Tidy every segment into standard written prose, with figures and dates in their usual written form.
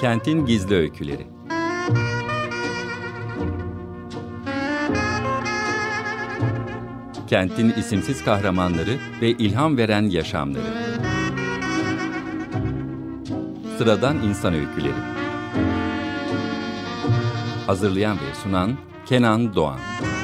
Kentin gizli öyküleri. Kentin isimsiz kahramanları ve ilham veren yaşamları. Sıradan insan öyküleri. Hazırlayan ve sunan Kenan Doğan.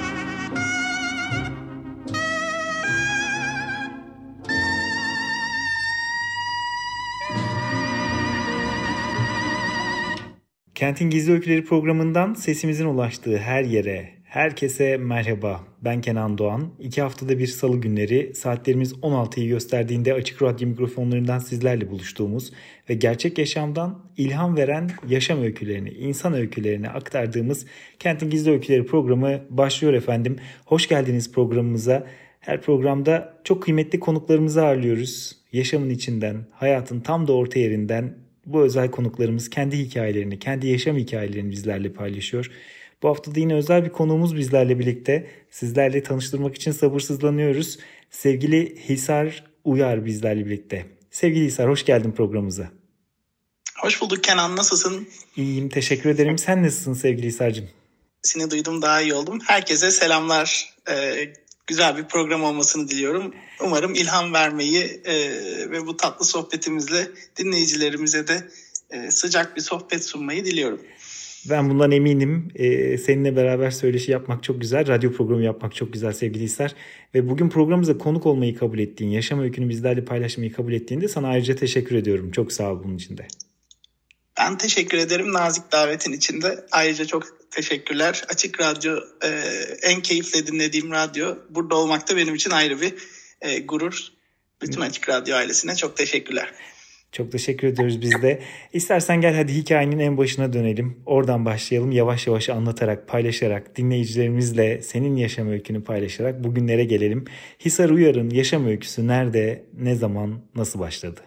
Kentin Gizli Öyküleri programından sesimizin ulaştığı her yere, herkese merhaba. Ben Kenan Doğan. 2 haftada bir salı günleri saatlerimiz 16'yı gösterdiğinde Açık Radyo mikrofonlarından sizlerle buluştuğumuz ve gerçek yaşamdan ilham veren yaşam öykülerini, insan öykülerini aktardığımız Kentin Gizli Öyküleri programı başlıyor efendim. Hoş geldiniz programımıza. Her programda çok kıymetli konuklarımızı ağırlıyoruz. Yaşamın içinden, hayatın tam da orta yerinden bu özel konuklarımız kendi hikayelerini, kendi yaşam hikayelerini bizlerle paylaşıyor. Bu hafta da yine özel bir konuğumuz bizlerle birlikte. Sizlerle tanıştırmak için sabırsızlanıyoruz. Sevgili Hisar Uyar bizlerle birlikte. Sevgili Hisar, hoş geldin programımıza. Hoş bulduk Kenan, nasılsın? İyiyim, teşekkür ederim. Sen nasılsın sevgili Hisar'cığım? Seni duydum, daha iyi oldum. Herkese selamlar. Güzel bir program olmasını diliyorum. Umarım ilham vermeyi ve bu tatlı sohbetimizle dinleyicilerimize de sıcak bir sohbet sunmayı diliyorum. Ben bundan eminim. Seninle beraber söyleşi yapmak çok güzel. Radyo programı yapmak çok güzel sevgili Hisar. Ve bugün programımıza konuk olmayı kabul ettiğin, yaşam öykünü bizlerle paylaşmayı kabul ettiğinde sana ayrıca teşekkür ediyorum. Çok sağ ol bunun için de. Ben teşekkür ederim nazik davetin için de. Ayrıca çok teşekkürler. Açık Radyo en keyifle dinlediğim radyo. Burada olmak da benim için ayrı bir gurur. Bütün Açık Radyo ailesine çok teşekkürler. Çok teşekkür ediyoruz biz de. İstersen gel hadi hikayenin en başına dönelim. Oradan başlayalım. Yavaş yavaş anlatarak, paylaşarak, dinleyicilerimizle senin yaşam öykünü paylaşarak bugünlere gelelim. Hisar Uyar'ın yaşam öyküsü nerede, ne zaman, nasıl başladı?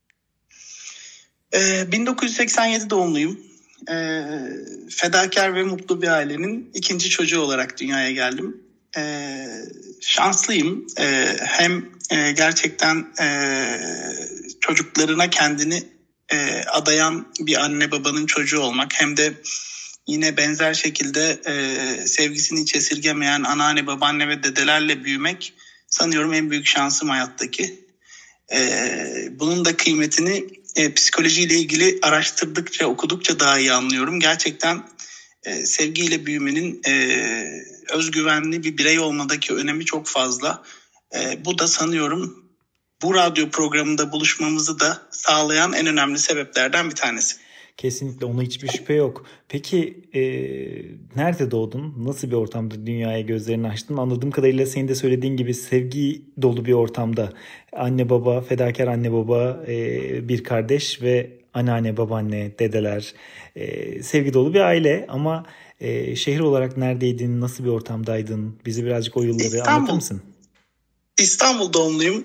1987 doğumluyum. Fedakar ve mutlu bir ailenin ikinci çocuğu olarak dünyaya geldim. Şanslıyım. Hem gerçekten çocuklarına kendini adayan bir anne babanın çocuğu olmak, hem de yine benzer şekilde sevgisini hiç esirgemeyen anneanne, babaanne ve dedelerle büyümek sanıyorum en büyük şansım hayattaki. Bunun da kıymetini psikolojiyle ilgili araştırdıkça, okudukça daha iyi anlıyorum. Gerçekten sevgiyle büyümenin özgüvenli bir birey olmadaki önemi çok fazla. Bu da sanıyorum bu radyo programında buluşmamızı da sağlayan en önemli sebeplerden bir tanesi. Kesinlikle, ona hiçbir şüphe yok. Peki nerede doğdun? Nasıl bir ortamda dünyaya gözlerini açtın? Anladığım kadarıyla senin de söylediğin gibi sevgi dolu bir ortamda. Anne baba, fedakar anne baba, bir kardeş ve anneanne, babaanne, dedeler. Sevgi dolu bir aile ama şehir olarak neredeydin? Nasıl bir ortamdaydın? Bizi birazcık o yılları anlatır mısın? İstanbul doğumluyum.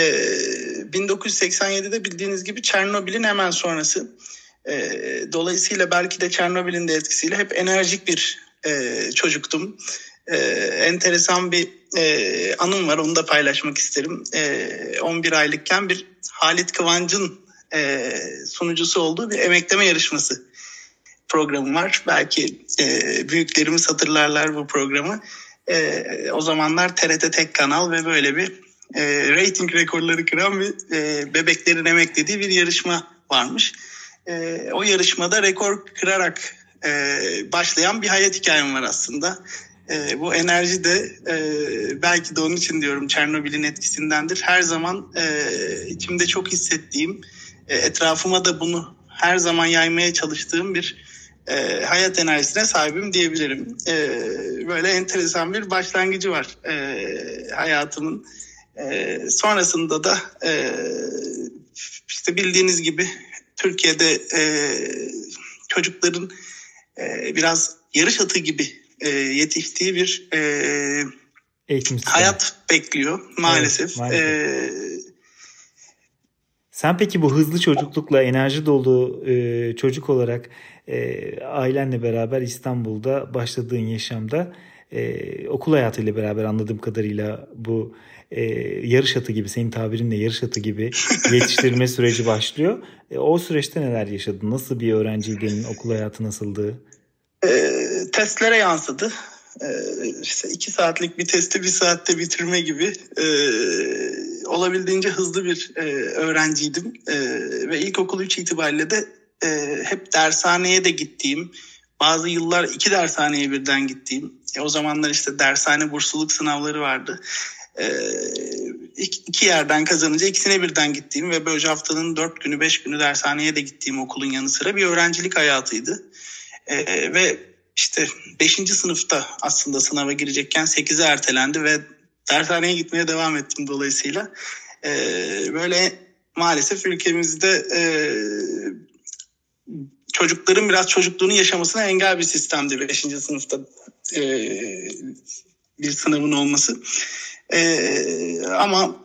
1987'de bildiğiniz gibi Çernobil'in hemen sonrası. Dolayısıyla belki de Çernobil'in de etkisiyle hep enerjik bir çocuktum. Enteresan bir anım var, onu da paylaşmak isterim. 11 aylıkken bir Halit Kıvanç'ın sunucusu olduğu bir emekleme yarışması programı var. Belki büyüklerimiz hatırlarlar bu programı. O zamanlar TRT tek kanal ve böyle bir reyting rekorları kıran bir bebeklerin emeklediği bir yarışma varmış. O yarışmada rekor kırarak başlayan bir hayat hikayem var aslında. Bu enerji de belki de onun için diyorum Çernobil'in etkisindendir. Her zaman içimde çok hissettiğim, etrafıma da bunu her zaman yaymaya çalıştığım bir hayat enerjisine sahibim diyebilirim. Böyle enteresan bir başlangıcı var hayatımın. Sonrasında da işte bildiğiniz gibi Türkiye'de çocukların biraz yarış atı gibi yetiştiği bir hayat bekliyor maalesef. Evet, maalesef. Sen peki bu hızlı çocuklukla enerji dolu çocuk olarak ailenle beraber İstanbul'da başladığın yaşamda okul hayatıyla beraber anladığım kadarıyla bu yarış atı gibi, senin tabirinle yarış atı gibi yetiştirme süreci başlıyor. O süreçte neler yaşadın? Nasıl bir öğrenciydin? Okul hayatı nasıldı? Testlere yansıdı. İşte 2 saatlik bir testi 1 saatte bitirme gibi olabildiğince hızlı bir öğrenciydim. Ve ilkokul 3 itibariyle de hep dershaneye de gittiğim, bazı yıllar 2 dershaneye birden gittiğim, o zamanlar işte dershane bursluluk sınavları vardı. 2 yerden kazanınca ikisine birden gittiğim ve böylece haftanın 4 günü 5 günü dershaneye de gittiğim okulun yanı sıra bir öğrencilik hayatıydı. Ve işte 5. sınıfta aslında sınava girecekken 8'e ertelendi ve dershaneye gitmeye devam ettim dolayısıyla. Böyle maalesef ülkemizde çocukların biraz çocukluğunu yaşamasına engel bir sistemdi 5. sınıfta bir sınavın olması. Ama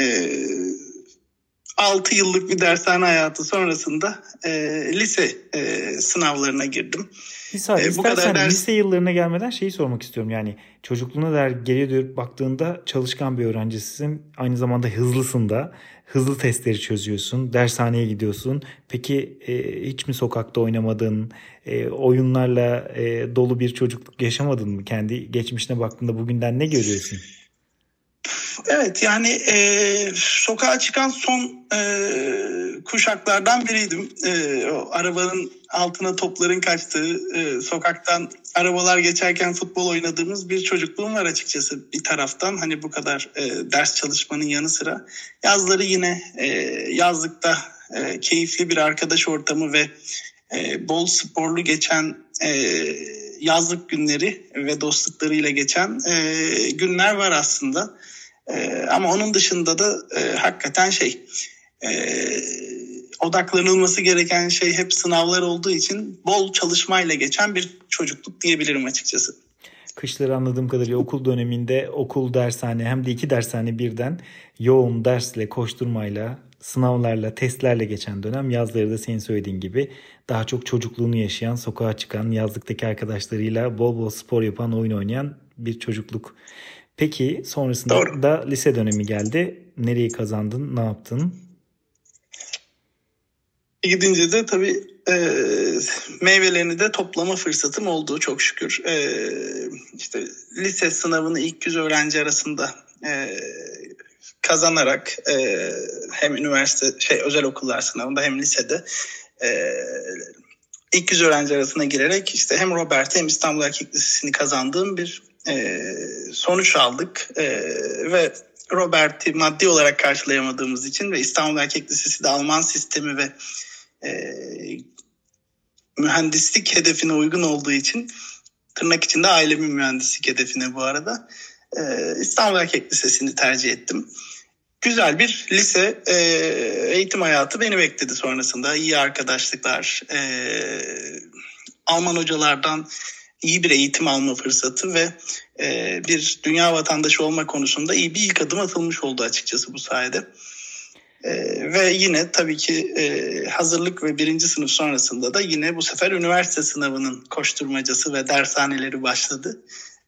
6 yıllık bir dershane hayatı sonrasında lise sınavlarına girdim. İstersen lise yıllarına gelmeden şeyi sormak istiyorum. Yani çocukluğuna dair geriye dönüp baktığında çalışkan bir öğrencisin. Aynı zamanda hızlısın da. Hızlı testleri çözüyorsun. Dershaneye gidiyorsun. Peki hiç mi sokakta oynamadın? Oyunlarla dolu bir çocukluk yaşamadın mı? Kendi geçmişine baktığında bugünden ne görüyorsun? Evet, yani sokağa çıkan son kuşaklardan biriydim. O arabanın altına topların kaçtığı, sokaktan arabalar geçerken futbol oynadığımız bir çocukluğum var açıkçası bir taraftan. Hani bu kadar ders çalışmanın yanı sıra. Yazları yine yazlıkta keyifli bir arkadaş ortamı ve bol sporlu geçen yazlık günleri ve dostluklarıyla geçen günler var aslında. Ama onun dışında da hakikaten odaklanılması gereken şey hep sınavlar olduğu için bol çalışmayla geçen bir çocukluk diyebilirim açıkçası. Kışları anladığım kadarıyla okul döneminde okul, dershane hem de 2 dershane birden yoğun dersle, koşturmayla, sınavlarla, testlerle geçen dönem. Yazları da senin söylediğin gibi daha çok çocukluğunu yaşayan, sokağa çıkan, yazlıktaki arkadaşlarıyla bol bol spor yapan, oyun oynayan bir çocukluk. Peki sonrasında Doğru. da lise dönemi geldi. Nereyi kazandın, ne yaptın? Gidince de tabii meyvelerini de toplama fırsatım oldu çok şükür. İşte lise sınavını ilk 100 öğrenci arasında kazanarak hem üniversite özel okullar sınavında hem lisede ilk 100 öğrenci arasına girerek işte hem Robert'i hem İstanbul Erkek Lisesi'ni kazandığım bir sonuç aldık ve Robert'i maddi olarak karşılayamadığımız için ve İstanbul Erkek Lisesi de Alman sistemi ve mühendislik hedefine uygun olduğu için, tırnak içinde ailemin mühendislik hedefine bu arada, İstanbul Erkek Lisesi'ni tercih ettim. Güzel bir lise eğitim hayatı beni bekledi sonrasında. İyi arkadaşlıklar, Alman hocalardan iyi bir eğitim alma fırsatı ve bir dünya vatandaşı olma konusunda iyi bir ilk adım atılmış oldu açıkçası bu sayede. Ve yine tabii ki hazırlık ve 1. sınıf sonrasında da yine bu sefer üniversite sınavının koşturmacası ve dershaneleri başladı.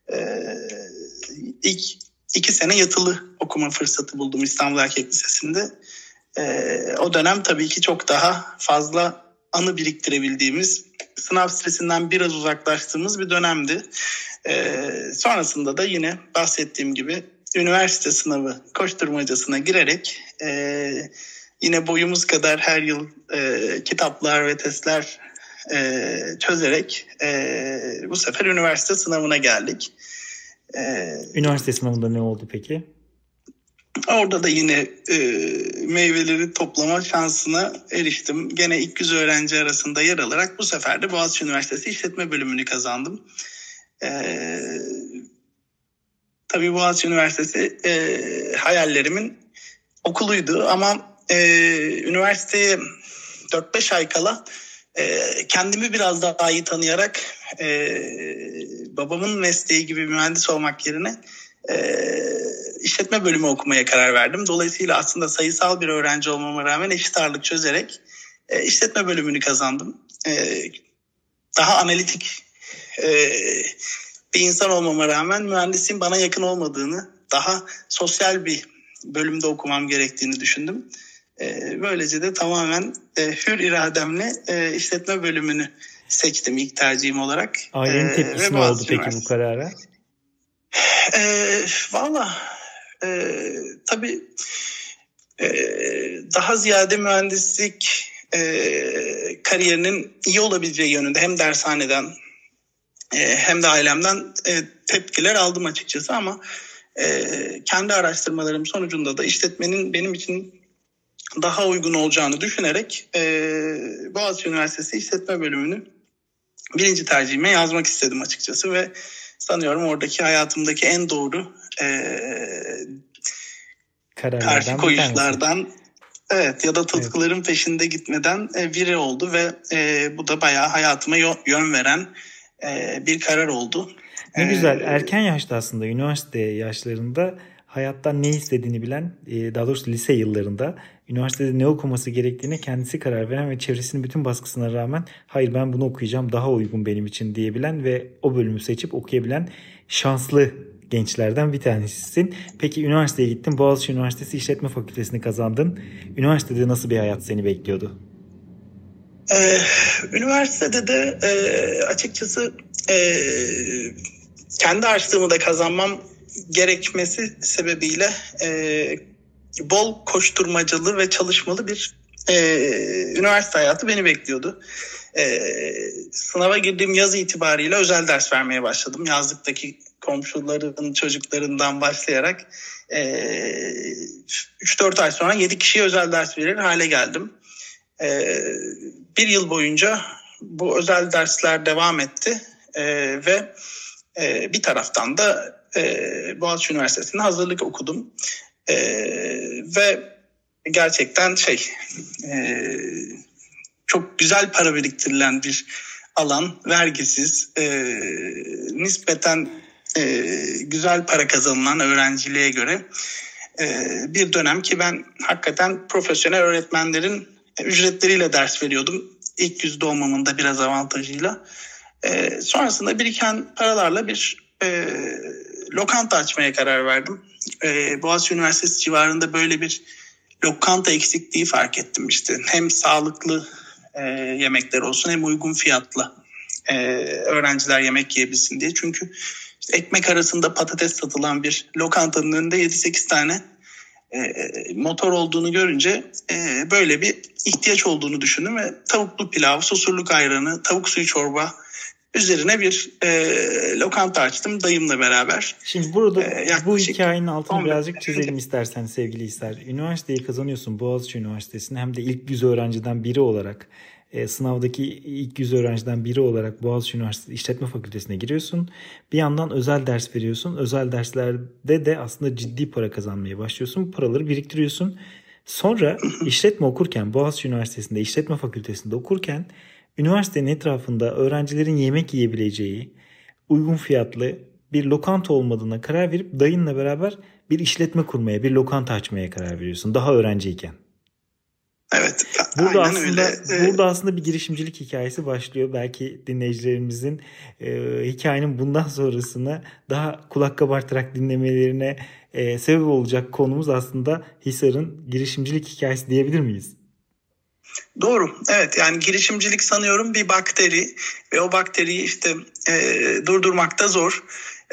İlk 2 sene yatılı okuma fırsatı buldum İstanbul Erkek Lisesi'nde. O dönem tabii ki çok daha fazla anı biriktirebildiğimiz, sınav stresinden biraz uzaklaştığımız bir dönemdi. Sonrasında da yine bahsettiğim gibi üniversite sınavı koşturmacasına girerek yine boyumuz kadar her yıl kitaplar ve testler çözerek bu sefer üniversite sınavına geldik. Üniversite sınavında ne oldu peki? Orada da yine meyveleri toplama şansına eriştim. Gene ilk 100 öğrenci arasında yer alarak bu sefer de Boğaziçi Üniversitesi İşletme Bölümünü kazandım. Tabii Boğaziçi Üniversitesi hayallerimin okuluydu ama üniversiteye 4-5 ay kala kendimi biraz daha iyi tanıyarak babamın mesleği gibi mühendis olmak yerine işletme bölümü okumaya karar verdim. Dolayısıyla aslında sayısal bir öğrenci olmama rağmen eşit ağırlık çözerek işletme bölümünü kazandım. Daha analitik bir insan olmama rağmen mühendisliğin bana yakın olmadığını daha sosyal bir bölümde okumam gerektiğini düşündüm. Böylece de tamamen hür irademle işletme bölümünü seçtim ilk tercihim olarak. Ailenin tepkisi ne oldu peki bu karara? Valla tabii daha ziyade mühendislik kariyerinin iyi olabileceği yönünde hem dershaneden hem de ailemden tepkiler aldım açıkçası, ama kendi araştırmalarım sonucunda da işletmenin benim için daha uygun olacağını düşünerek Boğaziçi Üniversitesi İşletme Bölümünü birinci tercihime yazmak istedim açıkçası ve sanıyorum oradaki hayatımdaki en doğru karşı koyuşlardan ya da tutkuların peşinde gitmeden biri oldu ve bu da bayağı hayatıma yön veren bir karar oldu. Ne güzel, erken yaşta aslında üniversite yaşlarında hayattan ne istediğini bilen, daha doğrusu lise yıllarında üniversitede ne okuması gerektiğine kendisi karar veren ve çevresinin bütün baskısına rağmen hayır ben bunu okuyacağım, daha uygun benim için diyebilen ve o bölümü seçip okuyabilen şanslı gençlerden bir tanesisin. Peki üniversiteye gittin, Boğaziçi Üniversitesi İşletme Fakültesini kazandın. Üniversitede nasıl bir hayat seni bekliyordu? Üniversitede de açıkçası kendi harçlığımı da kazanmam gerekmesi sebebiyle bol koşturmacalı ve çalışmalı bir üniversite hayatı beni bekliyordu. Sınava girdiğim yaz itibariyle özel ders vermeye başladım. Yazlıktaki komşuların çocuklarından başlayarak 3-4 ay sonra 7 kişiye özel ders verir hale geldim. Bir yıl boyunca bu özel dersler devam etti ve bir taraftan da Boğaziçi Üniversitesi'nde hazırlık okudum ve gerçekten çok güzel para biriktirilen bir alan, vergisiz, nispeten güzel para kazanılan öğrenciliğe göre bir dönem ki ben hakikaten profesyonel öğretmenlerin ücretleriyle ders veriyordum. İlk yüzde olmamın da biraz avantajıyla. Sonrasında biriken paralarla bir lokanta açmaya karar verdim. Boğaziçi Üniversitesi civarında böyle bir lokanta eksikliği fark ettim işte. Hem sağlıklı yemekler olsun hem uygun fiyatla öğrenciler yemek yiyebilsin diye. Çünkü işte ekmek arasında patates satılan bir lokantanın önünde 7-8 tane motor olduğunu görünce böyle bir ihtiyaç olduğunu düşündüm ve tavuklu pilav, susurluk ayranı, tavuk suyu çorba üzerine bir lokanta açtım dayımla beraber. Şimdi burada bu hikayenin altını birazcık çizelim istersen sevgili İster. Üniversiteyi kazanıyorsun, Boğaziçi Üniversitesi'ne, hem de ilk 100 öğrenciden biri olarak, sınavdaki ilk 100 öğrenciden biri olarak Boğaziçi Üniversitesi İşletme Fakültesine giriyorsun. Bir yandan özel ders veriyorsun. Özel derslerde de aslında ciddi para kazanmaya başlıyorsun. Bu paraları biriktiriyorsun. Sonra işletme okurken, Boğaziçi Üniversitesi'nde İşletme Fakültesinde okurken üniversitenin etrafında öğrencilerin yemek yiyebileceği uygun fiyatlı bir lokanta olmadığına karar verip dayınla beraber bir işletme kurmaya, bir lokanta açmaya karar veriyorsun daha öğrenciyken. Evet. Burada aslında bir girişimcilik hikayesi başlıyor. Belki dinleyicilerimizin hikayenin bundan sonrasına daha kulak kabartarak dinlemelerine sebep olacak konumuz aslında Hisar'ın girişimcilik hikayesi diyebilir miyiz? Doğru. Evet, yani girişimcilik sanıyorum bir bakteri ve o bakteriyi işte durdurmak da zor.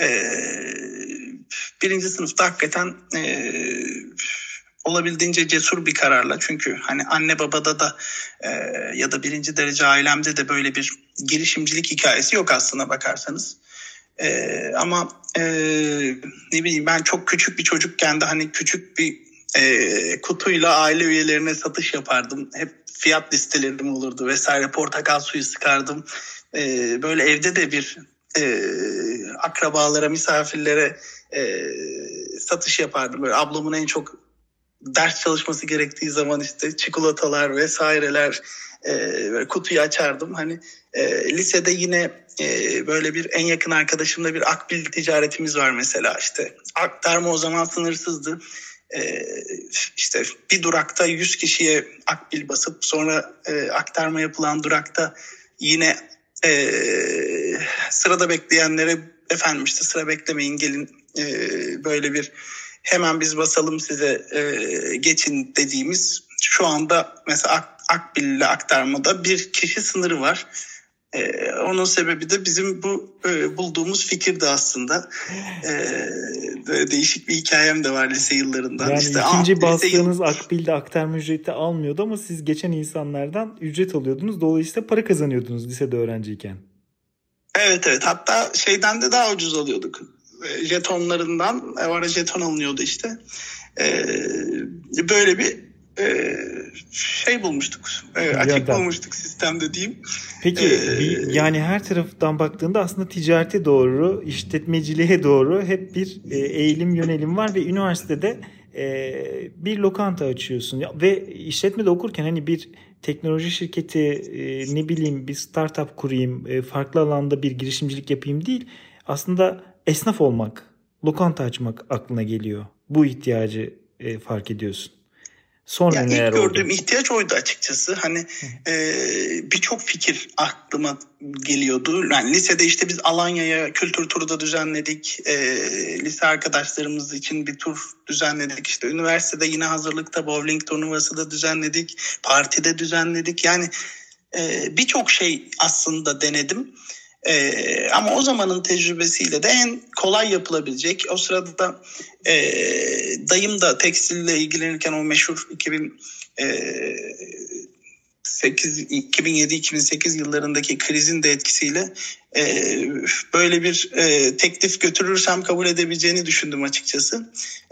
Birinci sınıfta hakikaten olabildiğince cesur bir kararla, çünkü hani anne babada da ya da birinci derece ailemde de böyle bir girişimcilik hikayesi yok aslına bakarsanız. Ama ne bileyim, ben çok küçük bir çocukken de hani küçük bir kutuyla aile üyelerine satış yapardım. Hep fiyat listelerim olurdu vesaire. Portakal suyu sıkardım. Böyle evde de bir akrabalara, misafirlere satış yapardım. Böyle ablamın en çok ders çalışması gerektiği zaman işte çikolatalar vesaireler, böyle kutuyu açardım. Hani lisede yine böyle bir en yakın arkadaşımla bir akbil ticaretimiz var mesela. İşte aktarma o zaman sınırsızdı. İşte bir durakta 100 kişiye akbil basıp sonra aktarma yapılan durakta yine sırada bekleyenlere efendim işte sıra beklemeyin, gelin böyle bir hemen biz basalım size geçin dediğimiz, şu anda mesela Akbil'le aktarmada bir kişi sınırı var. Onun sebebi de bizim bu bulduğumuz fikirdi aslında. Böyle değişik bir hikayem de var lise yıllarından. Yani işte, ikinci bastığınız Akbil'de aktarma ücreti almıyordu ama siz geçen insanlardan ücret alıyordunuz. Dolayısıyla para kazanıyordunuz lisede öğrenciyken. Evet. Hatta şeyden de daha ucuz alıyorduk. Jetonlarından. O ara jeton alınıyordu işte. Böyle bir şey bulmuştuk. Açık bulmuştuk sistemde diyeyim. Peki yani her taraftan baktığında aslında ticarete doğru, işletmeciliğe doğru hep bir eğilim yönelim var ve üniversitede bir lokanta açıyorsun. Ve işletmede okurken hani bir teknoloji şirketi, ne bileyim bir startup kurayım, farklı alanda bir girişimcilik yapayım değil. Aslında esnaf olmak, lokanta açmak aklına geliyor. Bu ihtiyacı fark ediyorsun. Sonra yani neler ilk gördüğüm oldu? ihtiyaç oydu açıkçası. Hani birçok fikir aklıma geliyordu. Yani lisede işte biz Alanya'ya kültür turu da düzenledik. Lise arkadaşlarımız için bir tur düzenledik. İşte üniversitede yine hazırlıkta bowling turnuvası da düzenledik. Partide düzenledik. Yani birçok şey aslında denedim. Ama o zamanın tecrübesiyle de en kolay yapılabilecek, o sırada da dayım da tekstille ilgilenirken o meşhur 2007-2008 yıllarındaki krizin de etkisiyle böyle bir teklif götürürsem kabul edebileceğini düşündüm açıkçası.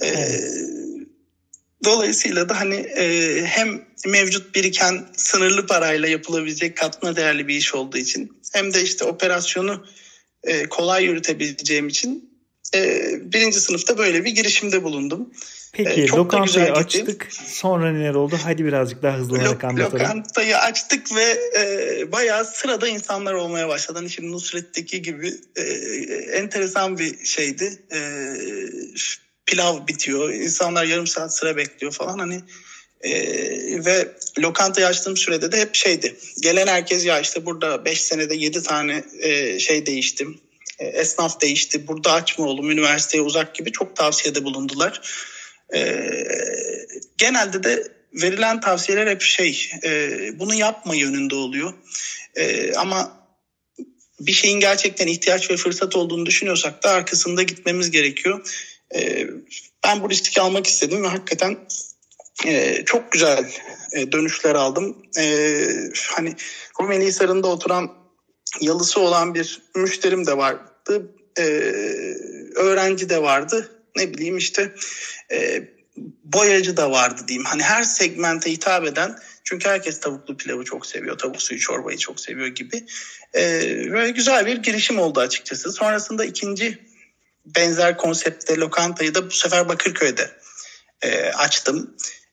Dolayısıyla da hani hem mevcut biriken sınırlı parayla yapılabilecek katma değerli bir iş olduğu için, hem de işte operasyonu kolay yürütebileceğim için birinci sınıfta böyle bir girişimde bulundum. Peki lokantayı açtık. Sonra neler oldu? Hadi birazcık daha hızlanarak anlatalım. Lokantayı açtık ve bayağı sırada insanlar olmaya başladı. Hani şimdi Nusret'teki gibi enteresan bir şeydi. Pilav bitiyor. İnsanlar yarım saat sıra bekliyor falan hani. Ve lokantayı açtığım sürede de hep şeydi. Gelen herkes ya işte burada 5 senede 7 tane şey değiştim. Esnaf değişti. Burada açma oğlum, üniversiteye uzak gibi çok tavsiyede bulundular. Genelde de verilen tavsiyeler hep bunu yapma yönünde oluyor. Ama bir şeyin gerçekten ihtiyaç ve fırsat olduğunu düşünüyorsak da arkasında gitmemiz gerekiyor. Ben bu riski almak istedim ve hakikaten çok güzel dönüşler aldım. Hani Rumeli Hisarı'nda oturan yalısı olan bir müşterim de vardı. Öğrenci de vardı. Ne bileyim işte boyacı da vardı diyeyim. Hani her segmente hitap eden, çünkü herkes tavuklu pilavı çok seviyor, tavuk suyu çorbayı çok seviyor gibi. Böyle güzel bir girişim oldu açıkçası. Sonrasında ikinci benzer konseptte lokantayı da bu sefer Bakırköy'de açtım.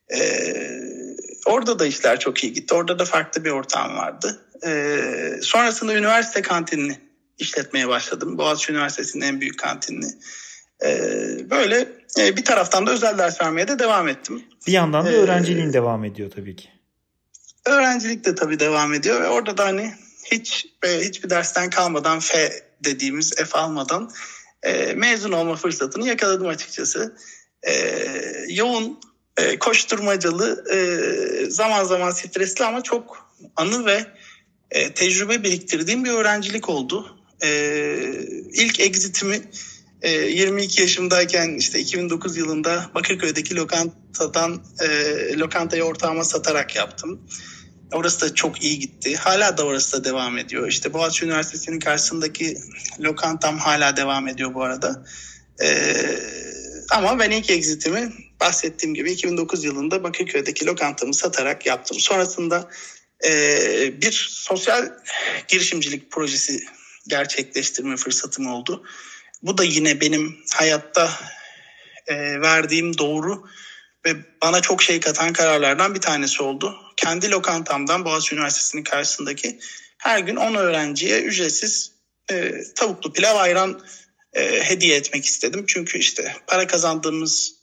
Orada da işler çok iyi gitti. Orada da farklı bir ortam vardı. Sonrasında üniversite kantinini işletmeye başladım. Boğaziçi Üniversitesi'nin en büyük kantinini. Böyle bir taraftan da özel ders vermeye de devam ettim. Bir yandan da öğrenciliğin devam ediyor tabii ki. Öğrencilik de tabii devam ediyor ve orada da hani hiçbir dersten kalmadan dediğimiz F almadan mezun olma fırsatını yakaladım açıkçası. Yoğun, koşturmacalı, zaman zaman stresli ama çok anı ve tecrübe biriktirdiğim bir öğrencilik oldu. İlk exit'imi 22 yaşımdayken işte 2009 yılında Bakırköy'deki lokantayı ortağıma satarak yaptım. Orası da çok iyi gitti. Hala da orası da devam ediyor. İşte Boğaziçi Üniversitesi'nin karşısındaki lokantam hala devam ediyor bu arada. Ama ben ilk exit'imi bahsettiğim gibi 2009 yılında Bakırköy'deki lokantamı satarak yaptım. Sonrasında bir sosyal girişimcilik projesi gerçekleştirme fırsatım oldu. Bu da yine benim hayatta verdiğim doğru ve bana çok şey katan kararlardan bir tanesi oldu. Kendi lokantamdan Boğaziçi Üniversitesi'nin karşısındaki her gün 10 öğrenciye ücretsiz tavuklu pilav ayran hediye etmek istedim. Çünkü işte para kazandığımız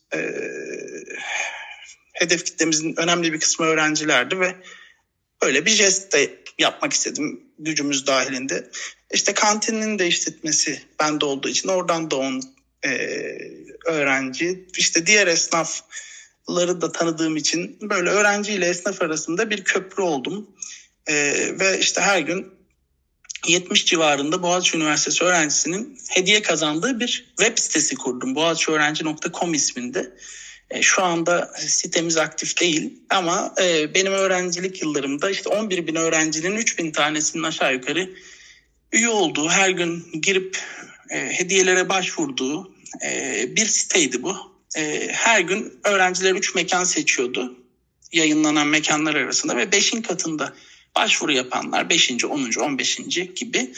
hedef kitlemizin önemli bir kısmı öğrencilerdi ve öyle bir jest de yapmak istedim gücümüz dahilinde. İşte kantinin de işletmesi bende olduğu için oradan da 10 öğrenci. İşte diğer esnafları da tanıdığım için böyle öğrenciyle esnaf arasında bir köprü oldum. Ve işte her gün 70 civarında Boğaziçi Üniversitesi öğrencisinin hediye kazandığı bir web sitesi kurdum. boğaziçiöğrenci.com isminde. Şu anda sitemiz aktif değil ama benim öğrencilik yıllarımda işte 11 bin öğrencinin 3 bin tanesinin aşağı yukarı üye olduğu, her gün girip hediyelere başvurduğu bir siteydi bu. Her gün öğrenciler 3 mekan seçiyordu yayınlanan mekanlar arasında ve 5'in katında başvuru yapanlar 5. 10. 15. gibi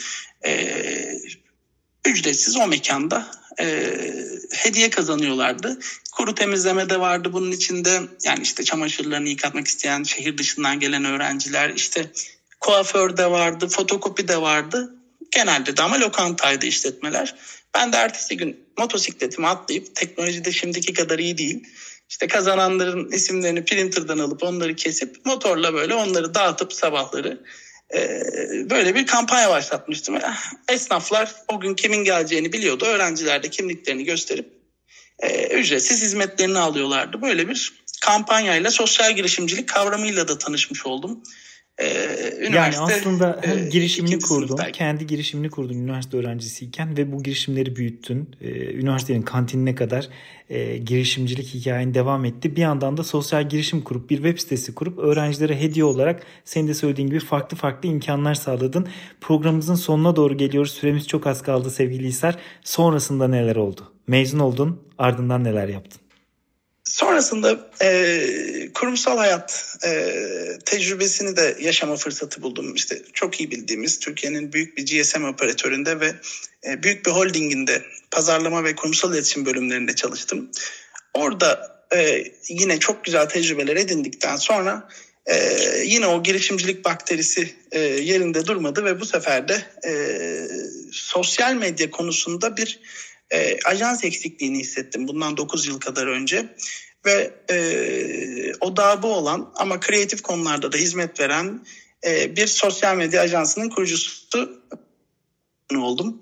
ücretsiz o mekanda hediye kazanıyorlardı. Kuru temizleme de vardı bunun içinde. Yani işte çamaşırlarını yıkatmak isteyen şehir dışından gelen öğrenciler, işte kuaför de vardı, fotokopi de vardı. Genelde de ama lokantaydı işletmeler. Ben de ertesi gün motosikletimi atlayıp, teknolojide şimdiki kadar iyi değil, İşte kazananların isimlerini printer'dan alıp onları kesip motorla böyle onları dağıtıp sabahları böyle bir kampanya başlatmıştım. Esnaflar o gün kimin geleceğini biliyordu. Öğrenciler de kimliklerini gösterip ücretsiz hizmetlerini alıyorlardı. Böyle bir kampanyayla, sosyal girişimcilik kavramıyla da tanışmış oldum. Yani aslında hem girişimini kurdun, kendi girişimini kurdun üniversite öğrencisiyken ve bu girişimleri büyüttün. Üniversitenin kantinine kadar girişimcilik hikayen devam etti. Bir yandan da sosyal girişim kurup bir web sitesi kurup öğrencilere hediye olarak senin de söylediğin gibi farklı farklı imkanlar sağladın. Programımızın sonuna doğru geliyoruz. Süremiz çok az kaldı sevgili İhsar. Sonrasında neler oldu? Mezun oldun, ardından neler yaptın? Sonrasında kurumsal hayat tecrübesini de yaşama fırsatı buldum. İşte çok iyi bildiğimiz Türkiye'nin büyük bir GSM operatöründe ve büyük bir holdinginde pazarlama ve kurumsal iletişim bölümlerinde çalıştım. Orada yine çok güzel tecrübeler edindikten sonra yine o girişimcilik bakterisi yerinde durmadı ve bu sefer de sosyal medya konusunda bir ajans eksikliğini hissettim bundan 9 yıl kadar önce ve odağı bu olan ama kreatif konularda da hizmet veren bir sosyal medya ajansının kurucusu oldum.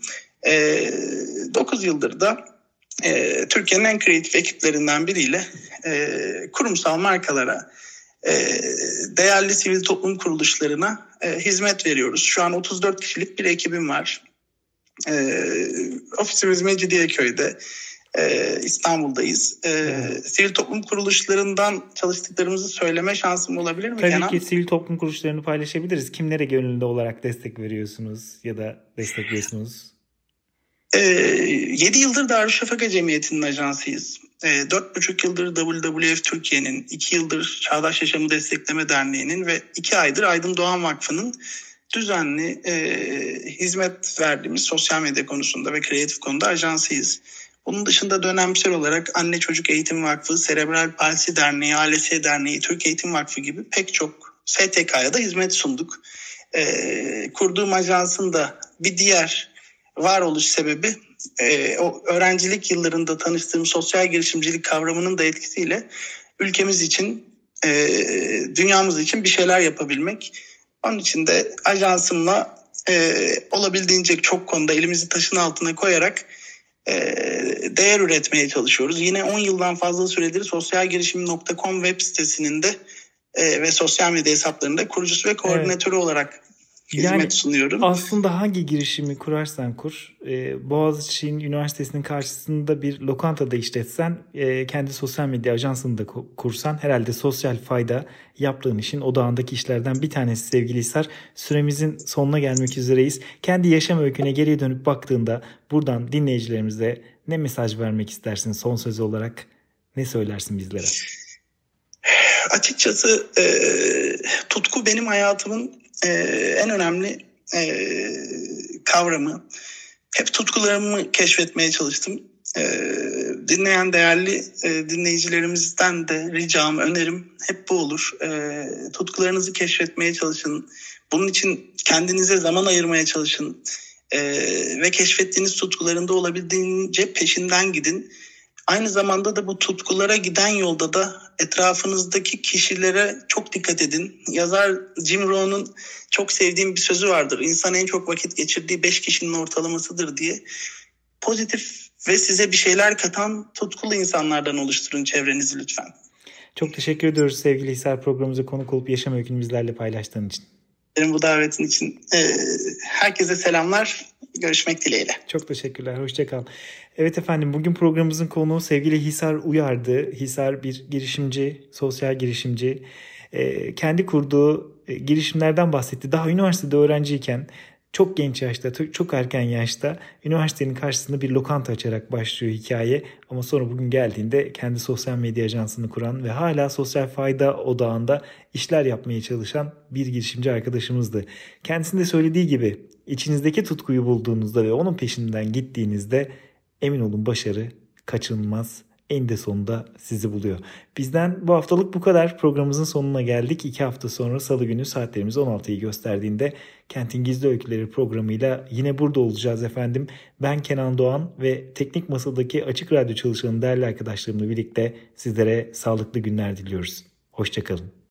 9 yıldır da Türkiye'nin en kreatif ekiplerinden biriyle kurumsal markalara, değerli sivil toplum kuruluşlarına hizmet veriyoruz. Şu an 34 kişilik bir ekibim var. Ofisimiz Mecidiyeköy'de, İstanbul'dayız. Sivil toplum kuruluşlarından çalıştıklarımızı söyleme şansım olabilir mi Tabii Kenan? ki sivil toplum kuruluşlarını paylaşabiliriz. Kimlere gönüllü olarak destek veriyorsunuz ya da destekliyorsunuz? 7 yıldır Darüşşafaka Cemiyeti'nin ajansıyız. 4,5 yıldır WWF Türkiye'nin, 2 yıldır Çağdaş Yaşamı Destekleme Derneği'nin ve 2 aydır Aydın Doğan Vakfı'nın düzenli hizmet verdiğimiz sosyal medya konusunda ve kreatif konuda ajansıyız. Bunun dışında dönemsel olarak Anne Çocuk Eğitim Vakfı, Serebral Palsi Derneği, ALS Derneği, Türk Eğitim Vakfı gibi pek çok STK'ya da hizmet sunduk. Kurduğum ajansın da bir diğer varoluş sebebi o öğrencilik yıllarında tanıştığım sosyal girişimcilik kavramının da etkisiyle ülkemiz için, dünyamız için bir şeyler yapabilmek. Onun için de ajansımla olabildiğince çok konuda elimizi taşın altına koyarak değer üretmeye çalışıyoruz. Yine 10 yıldan fazla süredir sosyalgirişim.com web sitesinin de ve sosyal medya hesaplarında kurucusu ve koordinatörü olarak hizmet sunuyorum. Aslında hangi girişimi kurarsan kur, Boğaziçi Üniversitesi'nin karşısında bir lokanta da işletsen, kendi sosyal medya ajansını da kursan herhalde sosyal fayda yaptığın işin odağındaki işlerden bir tanesi sevgili İhsar. Süremizin sonuna gelmek üzereyiz. Kendi yaşam öyküne geriye dönüp baktığında buradan dinleyicilerimize ne mesaj vermek istersin son söz olarak? Ne söylersin bizlere? Açıkçası tutku benim hayatımın en önemli kavramı. Hep tutkularımı keşfetmeye çalıştım. Dinleyen değerli dinleyicilerimizden de ricam, önerim hep bu olur. Tutkularınızı keşfetmeye çalışın. Bunun için kendinize zaman ayırmaya çalışın. Ve keşfettiğiniz tutkularında olabildiğince peşinden gidin. Aynı zamanda da bu tutkulara giden yolda da etrafınızdaki kişilere çok dikkat edin. Yazar Jim Rohn'un çok sevdiğim bir sözü vardır. İnsan en çok vakit geçirdiği 5 kişinin ortalamasıdır diye. Pozitif ve size bir şeyler katan tutkulu insanlardan oluşturun çevrenizi lütfen. Çok teşekkür ediyoruz sevgili Hisar, programımıza konuk olup yaşam öykünü bizlerle paylaştığın için. Benim bu davetin için herkese selamlar. Görüşmek dileğiyle. Çok teşekkürler. Hoşça kal. Evet efendim, bugün programımızın konuğu sevgili Hisar Uyar'dı. Hisar bir girişimci, sosyal girişimci. Kendi kurduğu girişimlerden bahsetti. Daha üniversitede öğrenciyken çok genç yaşta, çok erken yaşta üniversitenin karşısında bir lokanta açarak başlıyor hikaye. Ama sonra bugün geldiğinde kendi sosyal medya ajansını kuran ve hala sosyal fayda odağında işler yapmaya çalışan bir girişimci arkadaşımızdı. Kendisinin de söylediği gibi içinizdeki tutkuyu bulduğunuzda ve onun peşinden gittiğinizde emin olun başarı kaçınılmaz. Eninde sonunda sizi buluyor. Bizden bu haftalık bu kadar. Programımızın sonuna geldik. 2 hafta sonra Salı günü saatlerimiz 16'yı gösterdiğinde Kentin Gizli Öyküleri programıyla yine burada olacağız efendim. Ben Kenan Doğan ve Teknik Masa'daki Açık Radyo çalışanı değerli arkadaşlarımla birlikte sizlere sağlıklı günler diliyoruz. Hoşça kalın.